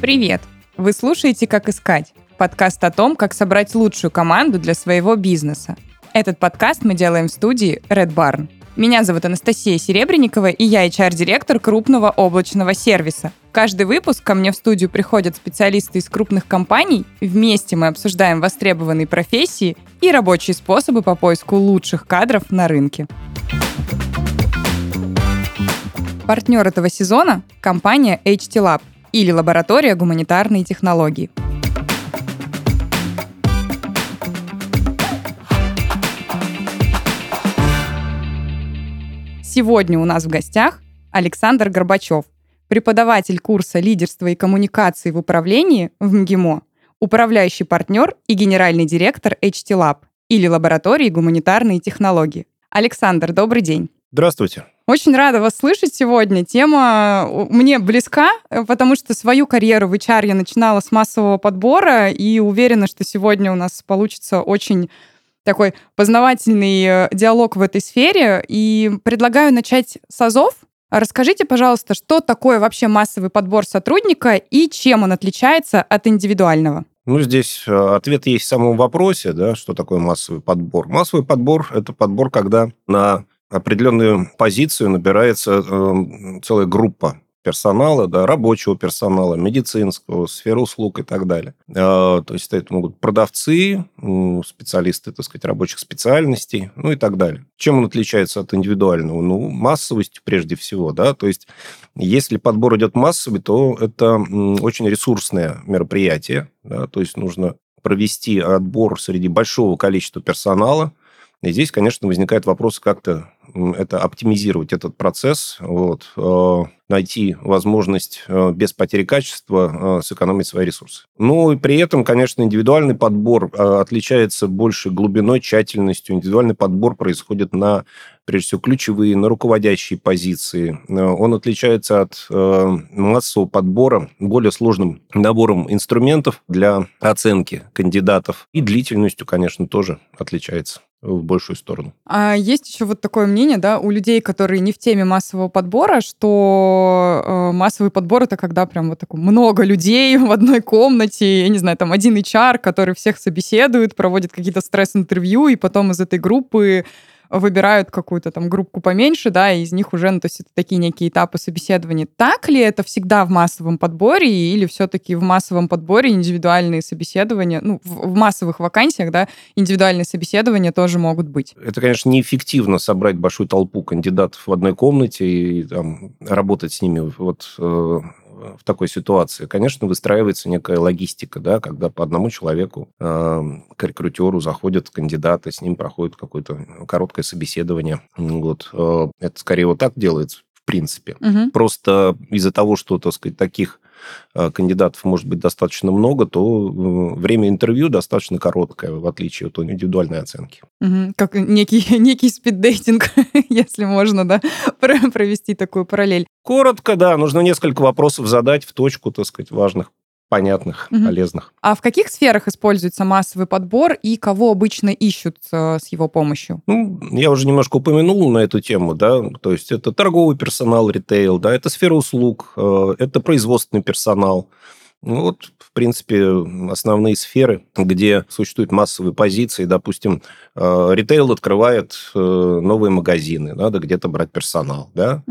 Привет! Вы слушаете «Как искать» – подкаст о том, как собрать лучшую команду для своего бизнеса. Этот подкаст мы делаем в студии Red Barn. Меня зовут Анастасия Серебренникова, и я HR-директор крупного облачного сервиса. Каждый выпуск ко мне в студию приходят специалисты из крупных компаний. Вместе мы обсуждаем востребованные профессии и рабочие способы по поиску лучших кадров на рынке. Партнер этого сезона – компания HT Lab или лаборатория гуманитарной технологии. Сегодня у нас в гостях Александр Горбачев, преподаватель курса «Лидерство и коммуникации в управлении» в МГИМО, управляющий партнер и генеральный директор HT Lab или лаборатории гуманитарной технологии. Александр, добрый день. Здравствуйте. Очень рада вас слышать сегодня. Тема мне близка, потому что свою карьеру в HR я начинала с массового подбора и уверена, что сегодня у нас получится очень такой познавательный диалог в этой сфере. И предлагаю начать с азов. Расскажите, пожалуйста, что такое вообще массовый подбор сотрудника и чем он отличается от индивидуального? Здесь ответ есть в самом вопросе, да, что такое массовый подбор. Массовый подбор – это подбор, когда на определенную позицию набирается целая группа персонала, да, рабочего персонала, медицинского, сферы услуг и так далее. То есть это могут продавцы, специалисты, так сказать, рабочих специальностей, и так далее. Чем он отличается от индивидуального? Массовостью прежде всего, да, то есть если подбор идет массовый, то это очень ресурсное мероприятие, да, то есть нужно провести отбор среди большого количества персонала. И здесь, конечно, возникает вопрос, как-то это оптимизировать, этот процесс, найти возможность без потери качества сэкономить свои ресурсы. И при этом, конечно, индивидуальный подбор отличается больше глубиной, тщательностью. Индивидуальный подбор происходит на, прежде всего, ключевые, на руководящие позиции. Он отличается от массового подбора более сложным набором инструментов для оценки кандидатов. И длительностью, конечно, тоже отличается в большую сторону. А есть еще вот такое мнение, да, у людей, которые не в теме массового подбора, что массовый подбор — это когда прям вот такое много людей в одной комнате, я не знаю, там один HR, который всех собеседует, проводит какие-то стресс-интервью, и потом из этой группы выбирают какую-то там группку поменьше, да, и из них уже, то есть это такие некие этапы собеседования. Так ли это всегда в массовом подборе, или все-таки в массовом подборе индивидуальные собеседования, в массовых вакансиях, да, индивидуальные собеседования тоже могут быть? Это, конечно, неэффективно собрать большую толпу кандидатов в одной комнате и там работать с ними в такой ситуации. Конечно, выстраивается некая логистика, да, когда по одному человеку к рекрутеру заходят кандидаты, с ним проходит какое-то короткое собеседование. Это скорее вот так делается, в принципе. Угу. Просто из-за того, что, так сказать, таких кандидатов может быть достаточно много, то время интервью достаточно короткое, в отличие от индивидуальной оценки. Угу. Как некий спиддейтинг, если можно, да, провести такую параллель. Коротко, да, нужно несколько вопросов задать в точку, так сказать, важных, понятных, полезных. А в каких сферах используется массовый подбор и кого обычно ищут с его помощью? Я уже немножко упомянул на эту тему, да, то есть это торговый персонал, ритейл, да, это сфера услуг, это производственный персонал. В принципе, основные сферы, где существуют массовые позиции. Допустим, ритейл открывает новые магазины, надо где-то брать персонал, да.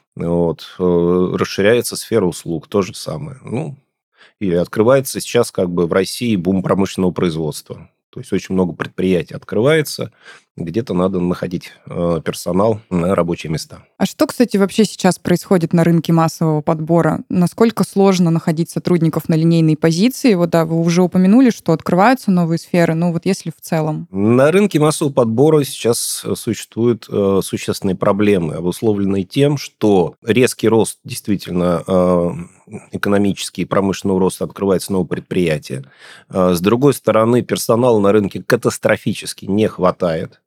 Расширяется сфера услуг, то же самое. И открывается сейчас в России бум промышленного производства. То есть очень много предприятий открывается, где-то надо находить персонал на рабочие места. А что, кстати, вообще сейчас происходит на рынке массового подбора? Насколько сложно находить сотрудников на линейной позиции? Вы уже упомянули, что открываются новые сферы, если в целом. На рынке массового подбора сейчас существуют существенные проблемы, обусловленные тем, что резкий рост, действительно, экономический и промышленного роста, открывается новые предприятия. С другой стороны, персонала на рынке катастрофически не хватает.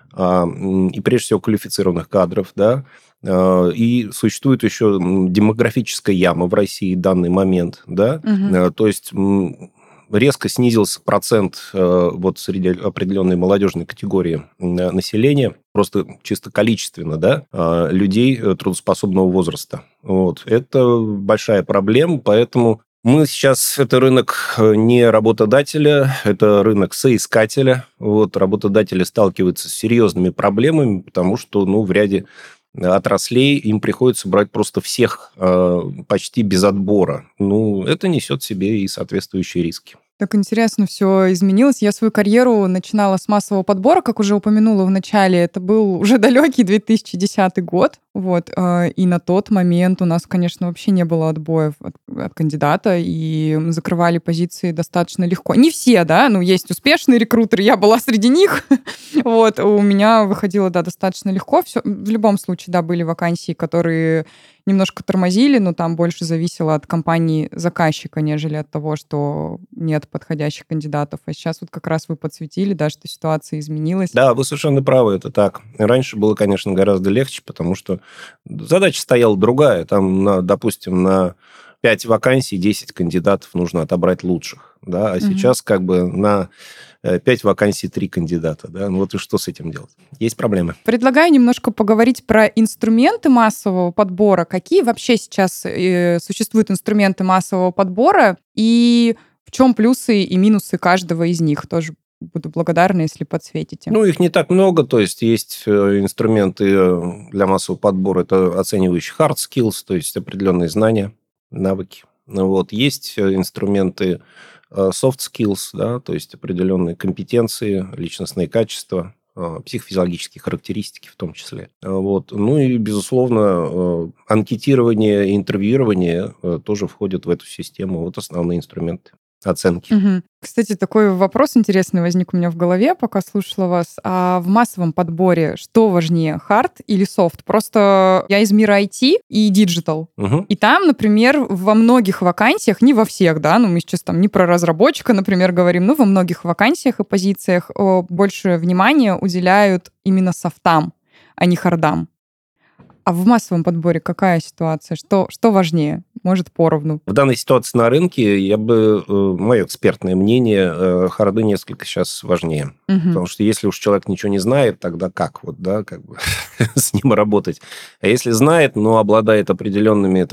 И прежде всего квалифицированных кадров, да, и существует еще демографическая яма в России в данный момент, да, то есть резко снизился процент среди определенной молодежной категории населения, просто чисто количественно, да, людей трудоспособного возраста. Это большая проблема, поэтому Мы сейчас... Это рынок не работодателя, это рынок соискателя. Вот, работодатели сталкиваются с серьезными проблемами, потому что, в ряде отраслей им приходится брать просто всех почти без отбора. Это несет в себе и соответствующие риски. Так интересно все изменилось. Я свою карьеру начинала с массового подбора, как уже упомянула в начале. Это был уже далекий 2010 год. Вот. И на тот момент у нас, конечно, вообще не было отбоев от кандидата, и мы закрывали позиции достаточно легко. Не все, да, есть успешные рекрутеры, я была среди них. Вот. У меня выходило, да, достаточно легко. Все. В любом случае, да, были вакансии, которые немножко тормозили, но там больше зависело от компании заказчика, нежели от того, что нет подходящих кандидатов. А сейчас вот как раз вы подсветили, да, что ситуация изменилась. Да, вы совершенно правы, это так. Раньше было, конечно, гораздо легче, потому что задача стояла другая. Там, допустим, на 5 вакансий 10 кандидатов нужно отобрать лучших. Да? А сейчас как бы на 5 вакансий 3 кандидата. Да? Вот и что с этим делать? Есть проблемы. Предлагаю немножко поговорить про инструменты массового подбора. Какие вообще сейчас существуют инструменты массового подбора и в чем плюсы и минусы каждого из них? Тоже буду благодарна, если подсветите. Их не так много. То есть инструменты для массового подбора. Это оценивающие hard skills, то есть определенные знания, навыки. Есть инструменты soft skills, да, то есть определенные компетенции, личностные качества, психофизиологические характеристики в том числе. И, безусловно, анкетирование и интервьюирование тоже входят в эту систему. Основные инструменты оценки. Угу. Кстати, такой вопрос интересный возник у меня в голове, пока слушала вас. А в массовом подборе что важнее, хард или софт? Просто я из мира IT и диджитал. Угу. И там, например, во многих вакансиях, не во всех, да, мы сейчас там не про разработчика, например, говорим, но во многих вакансиях и позициях больше внимания уделяют именно софтам, а не хардам. А в массовом подборе какая ситуация? Что важнее? Может, поровну? В данной ситуации на рынке мое экспертное мнение, харды несколько сейчас важнее. Угу. Потому что если уж человек ничего не знает, тогда как с ним работать? А если знает, но обладает определенными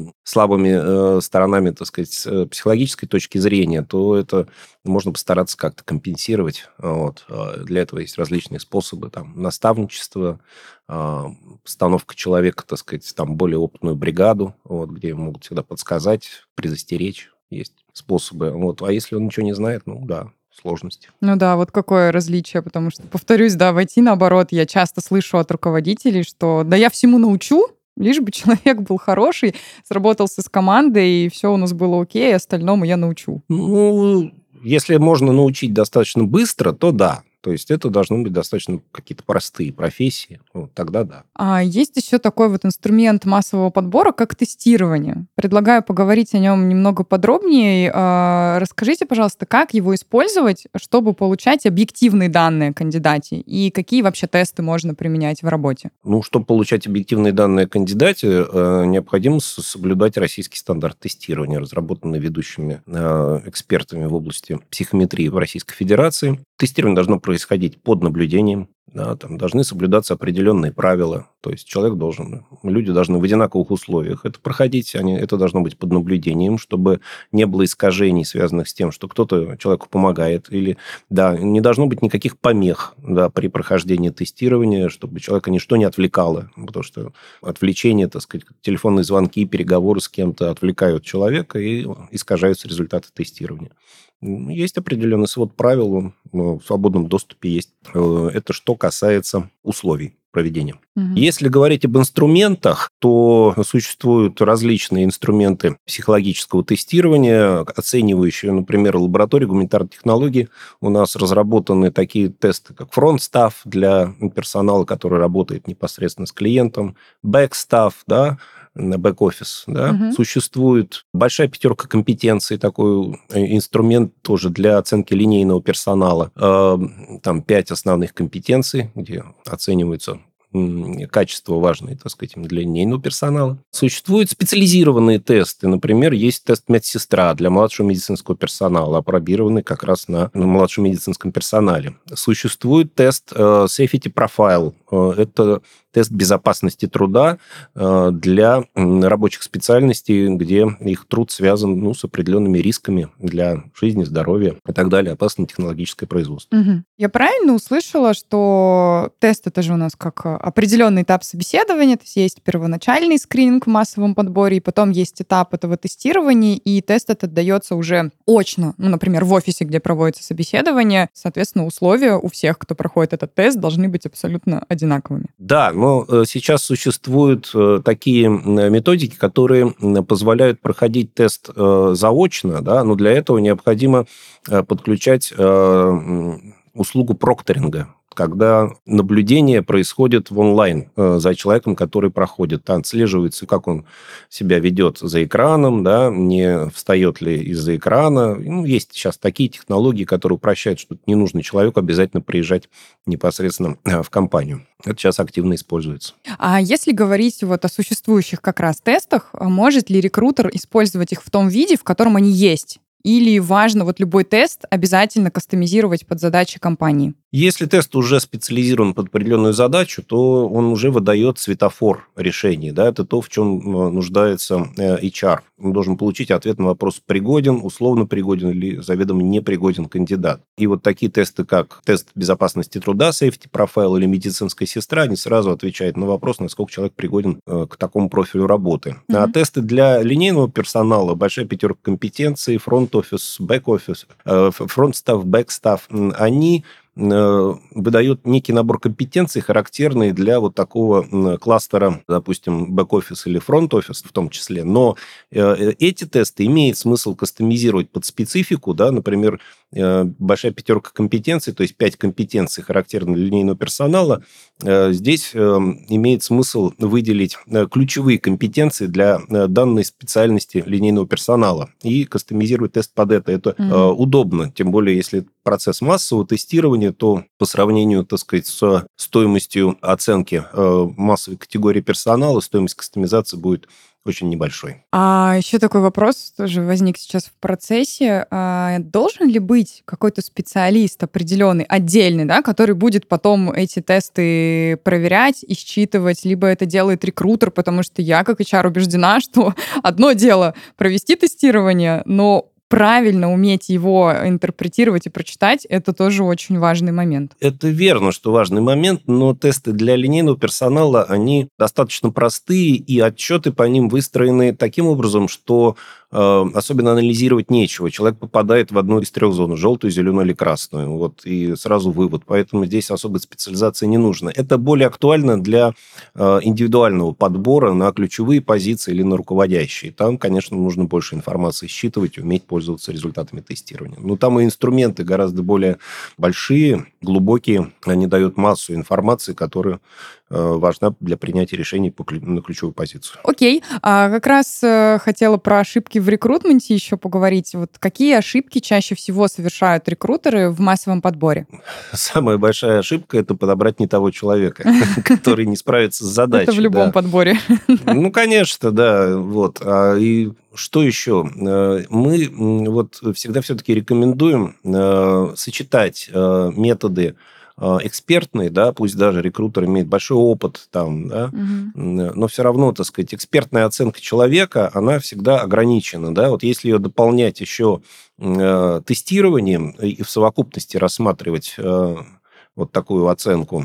слабыми сторонами, так сказать, с психологической точки зрения, то это можно постараться как-то компенсировать. Для этого есть различные способы, наставничество, постановка человека, так сказать, более опытную бригаду, где ему могут всегда подсказать, предостеречь. Есть способы. А если он ничего не знает, сложности. Вот какое различие, потому что, повторюсь, в IT, наоборот, я часто слышу от руководителей, что да я всему научу, лишь бы человек был хороший, сработался с командой, и все у нас было окей, остальному я научу. Если можно научить достаточно быстро, то да. То есть это должны быть достаточно какие-то простые профессии. Тогда да. А есть еще такой инструмент массового подбора, как тестирование. Предлагаю поговорить о нем немного подробнее. Расскажите, пожалуйста, как его использовать, чтобы получать объективные данные о кандидате? И какие вообще тесты можно применять в работе? Чтобы получать объективные данные о кандидате, необходимо соблюдать российский стандарт тестирования, разработанный ведущими экспертами в области психометрии в Российской Федерации. Тестирование должно происходить под наблюдением. Должны соблюдаться определенные правила. То есть люди должны в одинаковых условиях это проходить. Это должно быть под наблюдением, чтобы не было искажений, связанных с тем, что кто-то человеку помогает. Или, не должно быть никаких помех при прохождении тестирования, чтобы человека ничто не отвлекало. Потому что отвлечение, так сказать, телефонные звонки, переговоры с кем-то отвлекают человека и искажаются результаты тестирования. Есть определенный свод правил, в свободном доступе есть. Это что касается условий проведения. Угу. Если говорить об инструментах, то существуют различные инструменты психологического тестирования, оценивающие, например, лаборатории гуманитарной технологии. У нас разработаны такие тесты, как front-staff для персонала, который работает непосредственно с клиентом, back-staff, на бэк-офис. Угу. Существует большая пятерка компетенций, такой инструмент тоже для оценки линейного персонала. 5 основных компетенций, где оцениваются качества важные, так сказать, для линейного персонала. Существуют специализированные тесты. Например, есть тест медсестра для младшего медицинского персонала, апробированный как раз на младшем медицинском персонале. Существует тест Safety Profile. Это тест безопасности труда для рабочих специальностей, где их труд связан с определенными рисками для жизни, здоровья и так далее, опасное технологическое производство. Угу. Я правильно услышала, что тест — это же у нас как определенный этап собеседования, то есть первоначальный скрининг в массовом подборе, и потом есть этап этого тестирования, и тест этот дается уже очно, например, в офисе, где проводится собеседование. Соответственно, условия у всех, кто проходит этот тест, должны быть абсолютно одинаковыми. Да, но сейчас существуют такие методики, которые позволяют проходить тест заочно, да, но для этого необходимо подключать услугу прокторинга, когда наблюдение происходит в онлайн за человеком, который проходит. Отслеживается, как он себя ведет за экраном, да, не встает ли из-за экрана. Есть сейчас такие технологии, которые упрощают, что не нужно человеку обязательно приезжать непосредственно в компанию. Это сейчас активно используется. А если говорить о существующих как раз тестах, может ли рекрутер использовать их в том виде, в котором они есть? Или важно любой тест обязательно кастомизировать под задачи компании? Если тест уже специализирован под определенную задачу, то он уже выдает светофор решений. Да? Это то, в чем нуждается HR. Он должен получить ответ на вопрос, пригоден, условно пригоден или заведомо непригоден кандидат. И такие тесты, как тест безопасности труда, safety profile или медицинская сестра, они сразу отвечают на вопрос, насколько человек пригоден к такому профилю работы. Mm-hmm. А тесты для линейного персонала, большая пятерка компетенций, фронт-офис, бэк-офис, фронт-стаф, бэк-стаф, они выдает некий набор компетенций, характерный для такого кластера, допустим, бэк-офис или фронт-офис в том числе. Но эти тесты имеет смысл кастомизировать под специфику, да, например, большая пятерка компетенций, то есть 5 компетенций, характерных для линейного персонала. Здесь имеет смысл выделить ключевые компетенции для данной специальности линейного персонала и кастомизировать тест под это. Это удобно, тем более, если процесс массового тестирования, то по сравнению, так сказать, с стоимостью оценки массовой категории персонала, стоимость кастомизации будет очень небольшой. А еще такой вопрос тоже возник сейчас в процессе. Должен ли быть какой-то специалист определенный, отдельный, да, который будет потом эти тесты проверять и считывать, либо это делает рекрутер, потому что я, как HR, убеждена, что одно дело провести тестирование, но правильно уметь его интерпретировать и прочитать, это тоже очень важный момент. Это верно, что важный момент, но тесты для линейного персонала, они достаточно простые, и отчеты по ним выстроены таким образом, что особенно анализировать нечего. Человек попадает в одну из 3 зон: желтую, зеленую или красную. И сразу вывод. Поэтому здесь особой специализации не нужно. Это более актуально для индивидуального подбора на ключевые позиции или на руководящие. Там, конечно, нужно больше информации считывать и уметь пользоваться результатами тестирования. Но там и инструменты гораздо более большие, глубокие. Они дают массу информации, которая важна для принятия решений на ключевую позицию. Окей. Как раз хотела про ошибки в рекрутменте еще поговорить. Какие ошибки чаще всего совершают рекрутеры в массовом подборе? Самая большая ошибка – это подобрать не того человека, который не справится с задачей. Это в любом подборе. Конечно, да. И что еще? Мы всегда все-таки рекомендуем сочетать методы экспертные, да, пусть даже рекрутер имеет большой опыт там, да, но все равно, так сказать, экспертная оценка человека, она всегда ограничена, да, если ее дополнять еще тестированием и в совокупности рассматривать такую оценку,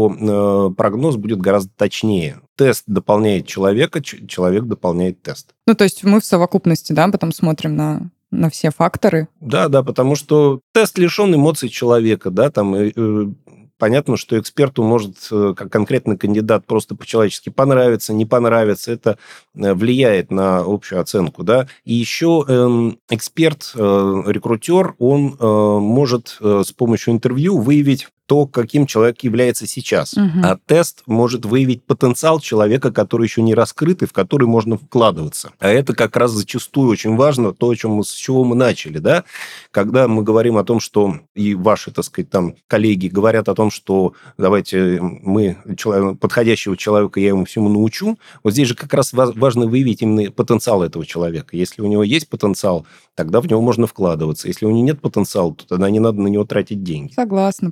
то прогноз будет гораздо точнее. Тест дополняет человека, человек дополняет тест. То есть мы в совокупности, да, потом смотрим на все факторы. Да, потому что тест лишен эмоций человека, да, понятно, что эксперту может как конкретный кандидат просто по-человечески понравиться, не понравиться. Это влияет на общую оценку, да. И еще эксперт, рекрутер, он может с помощью интервью выявить то, каким человек является сейчас. А тест может выявить потенциал человека, который еще не раскрыт и в который можно вкладываться. А это как раз зачастую очень важно, то, с чего мы начали, да? Когда мы говорим о том, что и ваши, так сказать, коллеги говорят о том, что давайте подходящего человека я ему всему научу, здесь же как раз важно выявить именно потенциал этого человека. Если у него есть потенциал, тогда в него можно вкладываться. Если у него нет потенциала, то тогда не надо на него тратить деньги. Согласна. Потенциал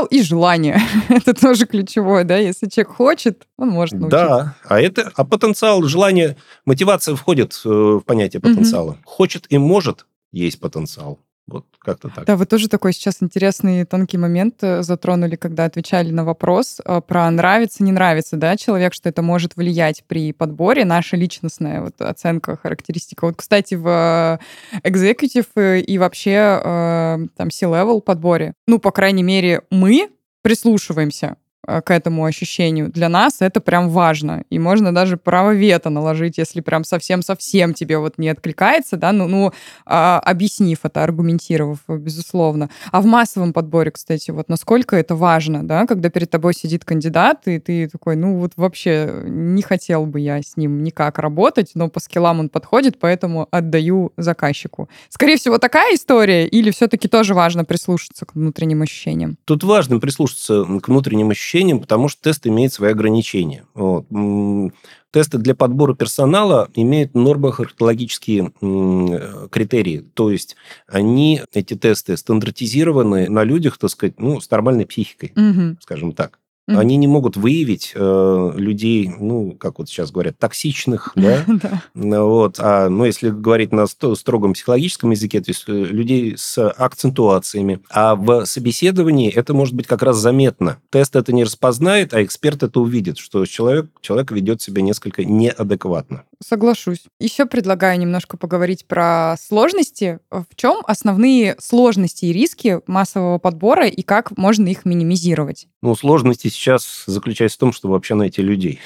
и желание. Это тоже ключевое, да? Если человек хочет, он может научиться. Да, а потенциал, желание, мотивация входит в понятие потенциала. Хочет и может, есть потенциал. Вот как-то так. Да, вы тоже такой сейчас интересный тонкий момент затронули, когда отвечали на вопрос про нравится, не нравится, да, человек, что это может влиять при подборе, наша личностная вот оценка, характеристика. Вот, кстати, в executive и вообще там C-level подборе, ну, по крайней мере, мы прислушиваемся к этому ощущению. Для нас это прям важно. И можно даже право вето наложить, если прям совсем-совсем тебе вот не откликается, да, объяснив это, аргументировав, безусловно. А в массовом подборе, кстати, вот насколько это важно, да, когда перед тобой сидит кандидат, и ты такой, ну вот вообще не хотел бы я с ним никак работать, но по скиллам он подходит, поэтому отдаю заказчику. Скорее всего, такая история, или все-таки тоже важно прислушаться к внутренним ощущениям? Тут важно прислушаться к внутренним ощущениям, потому что тест имеет свои ограничения. Вот. Тесты для подбора персонала имеют нормохарактерологические критерии. То есть эти тесты, стандартизированы на людях, так сказать, с нормальной психикой, скажем так. Они не могут выявить людей, как вот сейчас говорят, токсичных, да? Вот. Если говорить на строгом психологическом языке, то есть людей с акцентуациями. А в собеседовании это может быть как раз заметно. Тест это не распознает, а эксперт это увидит, что человек ведет себя несколько неадекватно. Соглашусь. Еще предлагаю немножко поговорить про сложности. В чем основные сложности и риски массового подбора и как можно их минимизировать? Сложности сейчас заключаются в том, чтобы вообще найти людей.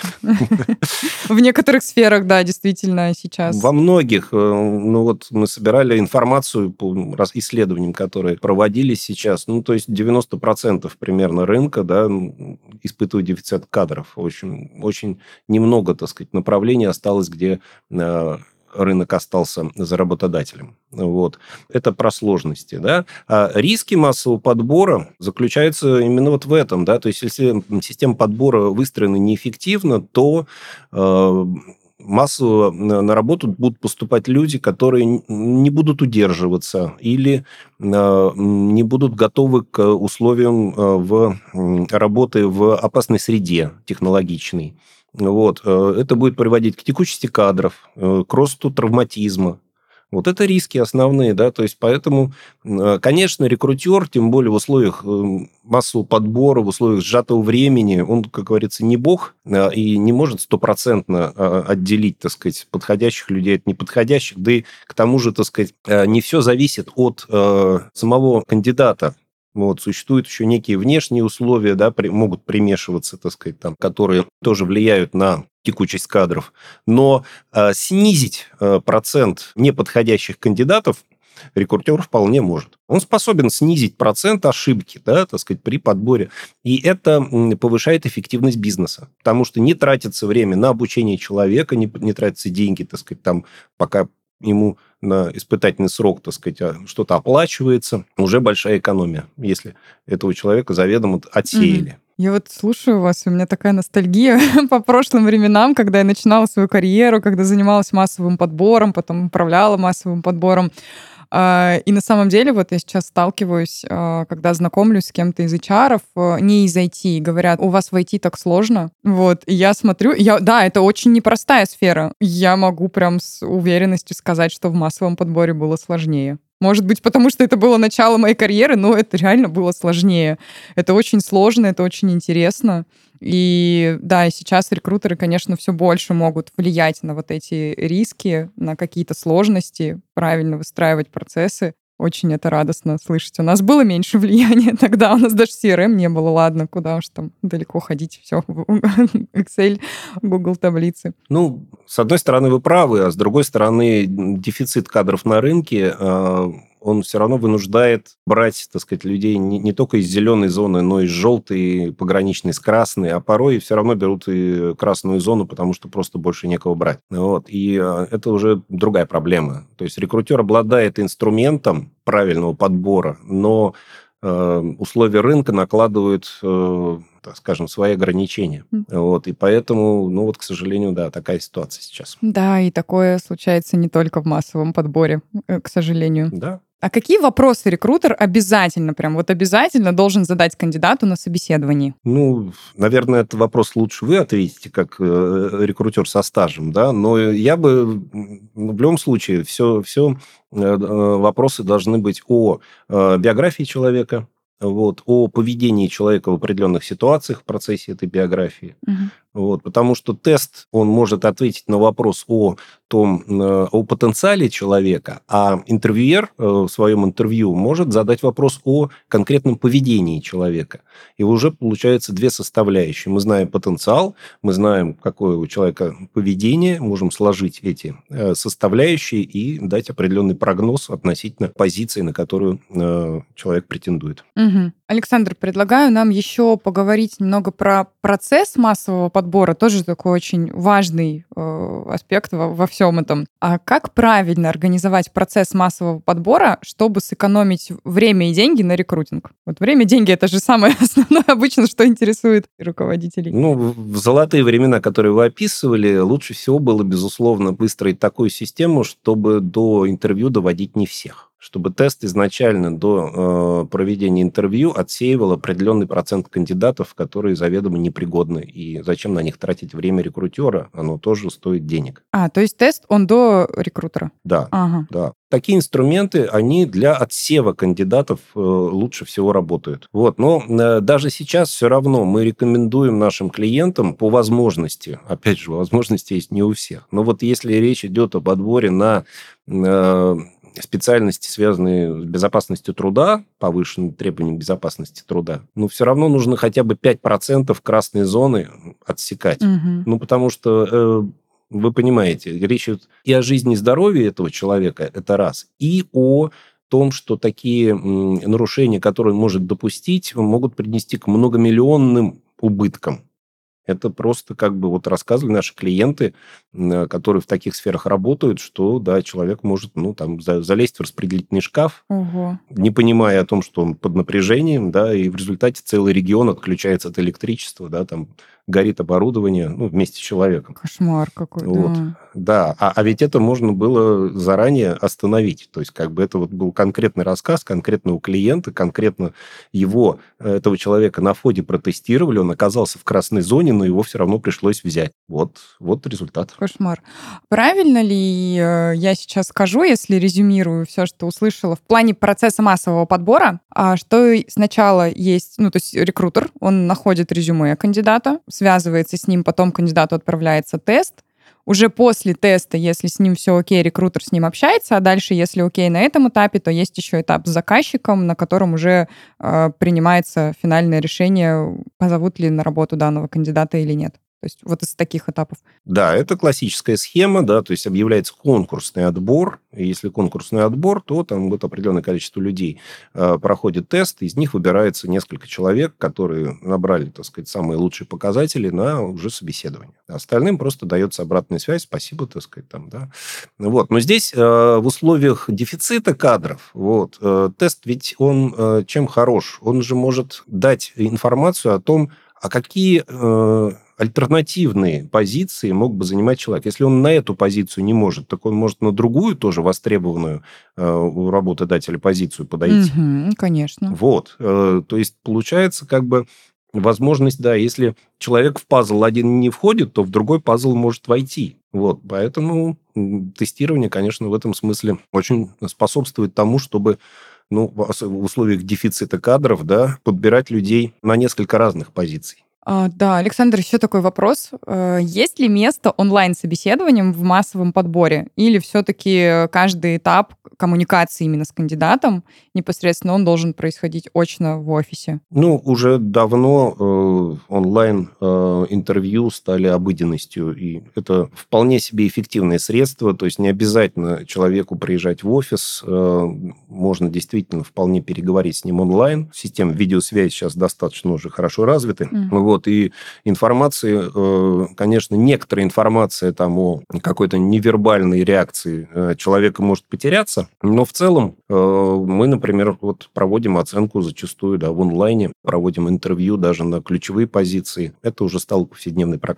В некоторых сферах, да, действительно, сейчас. Во многих. Мы собирали информацию по исследованиям, которые проводились сейчас. То есть 90% примерно рынка, да, испытывает дефицит кадров. Очень немного, так сказать, направлений осталось, где рынок остался за работодателем. Вот. Это про сложности. Да? А риски массового подбора заключаются именно вот в этом. Да? То есть, если система подбора выстроена неэффективно, то массово на работу будут поступать люди, которые не будут удерживаться или не будут готовы к условиям работы в опасной среде технологичной. Вот. Это будет приводить к текучести кадров, к росту травматизма. Вот это риски основные, да, то есть поэтому, конечно, рекрутер, тем более в условиях массового подбора, в условиях сжатого времени, он, как говорится, не бог и не может стопроцентно отделить, так сказать, подходящих людей от неподходящих, да и к тому же, так сказать, не все зависит от самого кандидата. Вот, существуют еще некие внешние условия, да, могут примешиваться, так сказать, там, которые тоже влияют на текучесть кадров. Но снизить процент неподходящих кандидатов рекрутер вполне может. Он способен снизить процент ошибки, да, так сказать, при подборе. И это повышает эффективность бизнеса. Потому что не тратится время на обучение человека, не тратятся деньги, так сказать, там, пока ему на испытательный срок, так сказать, что-то оплачивается, уже большая экономия, если этого человека заведомо отсеяли. Я вот слушаю вас, и у меня такая ностальгия по прошлым временам, когда я начинала свою карьеру, когда занималась массовым подбором, потом управляла массовым подбором. И на самом деле вот я сейчас сталкиваюсь, когда знакомлюсь с кем-то из HR, не из IT, говорят, у вас в IT так сложно. Вот, и я смотрю, да, это очень непростая сфера. Я могу прям с уверенностью сказать, что в массовом подборе было сложнее. Может быть, потому что это было начало моей карьеры, но это реально было сложнее. Это очень сложно, это очень интересно. И да, и сейчас рекрутеры, конечно, все больше могут влиять на вот эти риски, на какие-то сложности, правильно выстраивать процессы. Очень это радостно слышать. У нас было меньше влияния тогда, у нас даже CRM не было. Ладно, куда уж там далеко ходить, все, Excel, Google таблицы. С одной стороны, вы правы, а с другой стороны, дефицит кадров на рынке, он все равно вынуждает брать, так сказать, людей не только из зеленой зоны, но и из желтой, пограничной, с красной, а порой все равно берут и красную зону, потому что просто больше некого брать. Вот. И это уже другая проблема. То есть рекрутер обладает инструментом правильного подбора, но условия рынка накладывают, так скажем, свои ограничения. Вот. И поэтому, к сожалению, да, такая ситуация сейчас. Да, и такое случается не только в массовом подборе, к сожалению. Да. А какие вопросы рекрутер обязательно, прям вот обязательно должен задать кандидату на собеседовании? Ну, наверное, этот вопрос лучше вы ответите, как рекрутер со стажем, да, но я бы в любом случае все вопросы должны быть о биографии человека, вот, о поведении человека в определенных ситуациях в процессе этой биографии. Мгм. Вот, потому что тест, он может ответить на вопрос о потенциале человека, а интервьюер в своем интервью может задать вопрос о конкретном поведении человека. И уже получается две составляющие. Мы знаем потенциал, мы знаем, какое у человека поведение, можем сложить эти составляющие и дать определенный прогноз относительно позиции, на которую человек претендует. Мгм. Александр, предлагаю нам еще поговорить немного про процесс массового подбора. Тоже такой очень важный аспект во всем этом. А как правильно организовать процесс массового подбора, чтобы сэкономить время и деньги на рекрутинг? Вот время и деньги — это же самое основное обычно, что интересует руководителей. Ну, в золотые времена, которые вы описывали, лучше всего было, безусловно, выстроить такую систему, чтобы до интервью доводить не всех. Чтобы тест изначально до проведения интервью отсеивал определенный процент кандидатов, которые заведомо непригодны. И зачем на них тратить время рекрутера? Оно тоже стоит денег. То есть тест, он до рекрутера? Да, Ага. да. Такие инструменты, они для отсева кандидатов лучше всего работают. Вот. Но даже сейчас все равно мы рекомендуем нашим клиентам по возможности, опять же, возможности есть не у всех, но вот если речь идет об отборе на специальности, связанные с безопасностью труда, повышенным требованиям безопасности труда, но все равно нужно хотя бы 5% красной зоны отсекать. Мгм. Ну, потому что вы понимаете, речь идет и о жизни и здоровье этого человека, это раз, и о том, что такие нарушения, которые он может допустить, могут принести к многомиллионным убыткам. Это просто как бы вот рассказывали наши клиенты, которые в таких сферах работают, что, да, человек может, залезть в распределительный шкаф, Ого. не понимая о том, что он под напряжением, да, и в результате целый регион отключается от электричества, да, там горит оборудование, вместе с человеком. Кошмар какой, Вот. да. Да, а ведь это можно было заранее остановить. То есть, как бы это вот был конкретный рассказ конкретного клиента, конкретно этого человека на входе протестировали, он оказался в красной зоне, но его все равно пришлось взять. Вот результат. Кошмар. Правильно ли я сейчас скажу, если резюмирую все, что услышала, в плане процесса массового подбора, что сначала есть, то есть рекрутер, он находит резюме кандидата, связывается с ним, потом кандидату отправляется тест. Уже после теста, если с ним все окей, рекрутер с ним общается, а дальше, если окей на этом этапе, то есть еще этап с заказчиком, на котором уже принимается финальное решение, позовут ли на работу данного кандидата или нет. То есть вот из таких этапов. Да, это классическая схема, да, то есть объявляется конкурсный отбор. И если конкурсный отбор, то там вот определенное количество людей проходит тест, из них выбирается несколько человек, которые набрали, так сказать, самые лучшие показатели на уже собеседование. Остальным просто дается обратная связь, спасибо, так сказать, там, да. Вот. Но здесь в условиях дефицита кадров, тест ведь он чем хорош? Он же может дать информацию о том, а какие альтернативные позиции мог бы занимать человек. Если он на эту позицию не может, так он может на другую тоже востребованную у работодателя позицию подойти. Конечно. То есть получается как бы возможность, да, если человек в пазл один не входит, то в другой пазл может войти. Поэтому тестирование, конечно, в этом смысле очень способствует тому, чтобы в условиях дефицита кадров, да, подбирать людей на несколько разных позиций. Да, Александр, еще такой вопрос. Есть ли место онлайн-собеседованиям в массовом подборе? Или все-таки каждый этап коммуникации именно с кандидатом непосредственно он должен происходить очно в офисе? Уже давно онлайн-интервью стали обыденностью, и это вполне себе эффективное средство, то есть не обязательно человеку приезжать в офис, можно действительно вполне переговорить с ним онлайн. Системы видеосвязи сейчас достаточно уже хорошо развиты. И информации, конечно, некоторая информация там о какой-то невербальной реакции человека может потеряться, но в целом мы, например, проводим оценку зачастую, да, в онлайне, проводим интервью даже на ключевые позиции. Это уже стало повседневной практикой.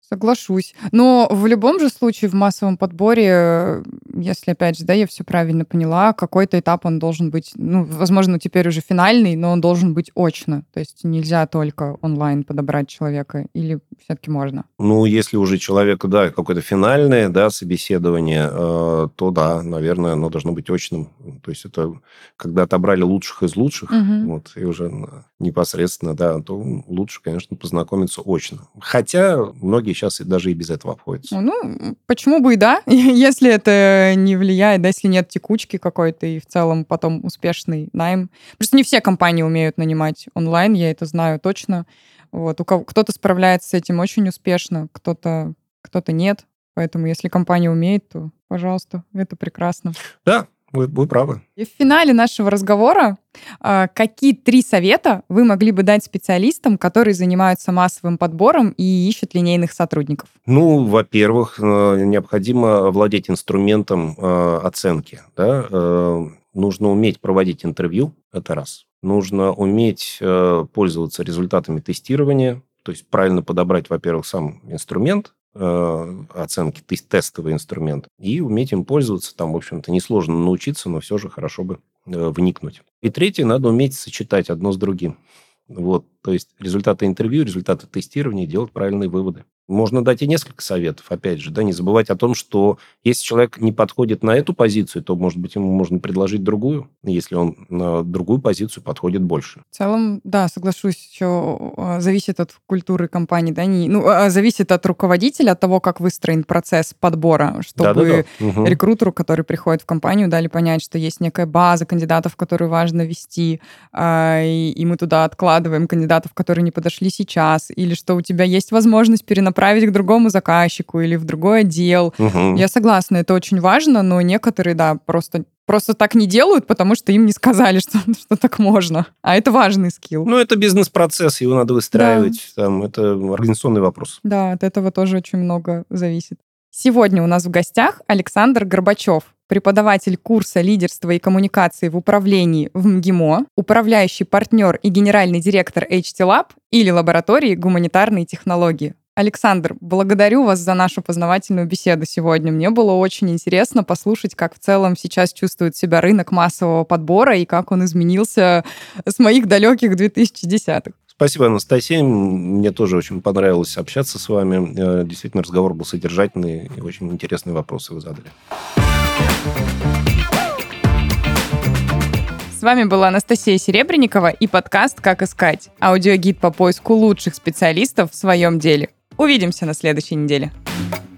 Соглашусь. Но в любом же случае в массовом подборе, если, опять же, да, я все правильно поняла, какой-то этап он должен быть, ну, возможно, теперь уже финальный, но он должен быть очно. То есть нельзя только онлайн подобрать человека, или все-таки можно? Ну, если уже человек, да, какое-то финальное, да, собеседование, то да, наверное, оно должно быть очным. То есть это когда отобрали лучших из лучших, вот, и уже непосредственно, да, то лучше, конечно, познакомиться очно. Хотя многие сейчас даже и без этого обходятся. Ну, почему бы и да, если это не влияет, да, если нет текучки какой-то и в целом потом успешный найм. Просто не все компании умеют нанимать онлайн, я это знаю точно. Вот, кто-то справляется с этим очень успешно, кто-то нет. Поэтому если компания умеет, то, пожалуйста, это прекрасно. Да, вы правы. И в финале нашего разговора какие 3 совета вы могли бы дать специалистам, которые занимаются массовым подбором и ищут линейных сотрудников? Ну, во-первых, необходимо владеть инструментом оценки. Да? Нужно уметь проводить интервью, это раз. Нужно уметь пользоваться результатами тестирования, то есть правильно подобрать, во-первых, сам инструмент оценки, тестовый инструмент, и уметь им пользоваться. Там, в общем-то, несложно научиться, но все же хорошо бы вникнуть. И третье, надо уметь сочетать одно с другим. Вот, то есть результаты интервью, результаты тестирования, делать правильные выводы. Можно дать и несколько советов, опять же, да, не забывать о том, что если человек не подходит на эту позицию, то, может быть, ему можно предложить другую, если он на другую позицию подходит больше. В целом, да, соглашусь, еще зависит от культуры компании, да, зависит от руководителя, от того, как выстроен процесс подбора, чтобы рекрутеру, который приходит в компанию, дали понять, что есть некая база кандидатов, которую важно вести, и мы туда откладываем кандидатов, которые не подошли сейчас, или что у тебя есть возможность перенаправить к другому заказчику или в другой отдел. Я согласна, это очень важно, но некоторые, да, просто так не делают, потому что им не сказали, что так можно. А это важный скилл. Ну, это бизнес-процесс, его надо выстраивать. Да. Там, это организационный вопрос. Да, от этого тоже очень много зависит. Сегодня у нас в гостях Александр Горбачев, преподаватель курса лидерства и коммуникации в управлении в МГИМО, управляющий партнер и генеральный директор HT Lab или лаборатории гуманитарной технологии. Александр, благодарю вас за нашу познавательную беседу сегодня. Мне было очень интересно послушать, как в целом сейчас чувствует себя рынок массового подбора и как он изменился с моих далеких 2010-х. Спасибо, Анастасия. Мне тоже очень понравилось общаться с вами. Действительно, разговор был содержательный и очень интересные вопросы вы задали. С вами была Анастасия Серебренникова и подкаст «Как искать» – аудиогид по поиску лучших специалистов в своем деле. Увидимся на следующей неделе.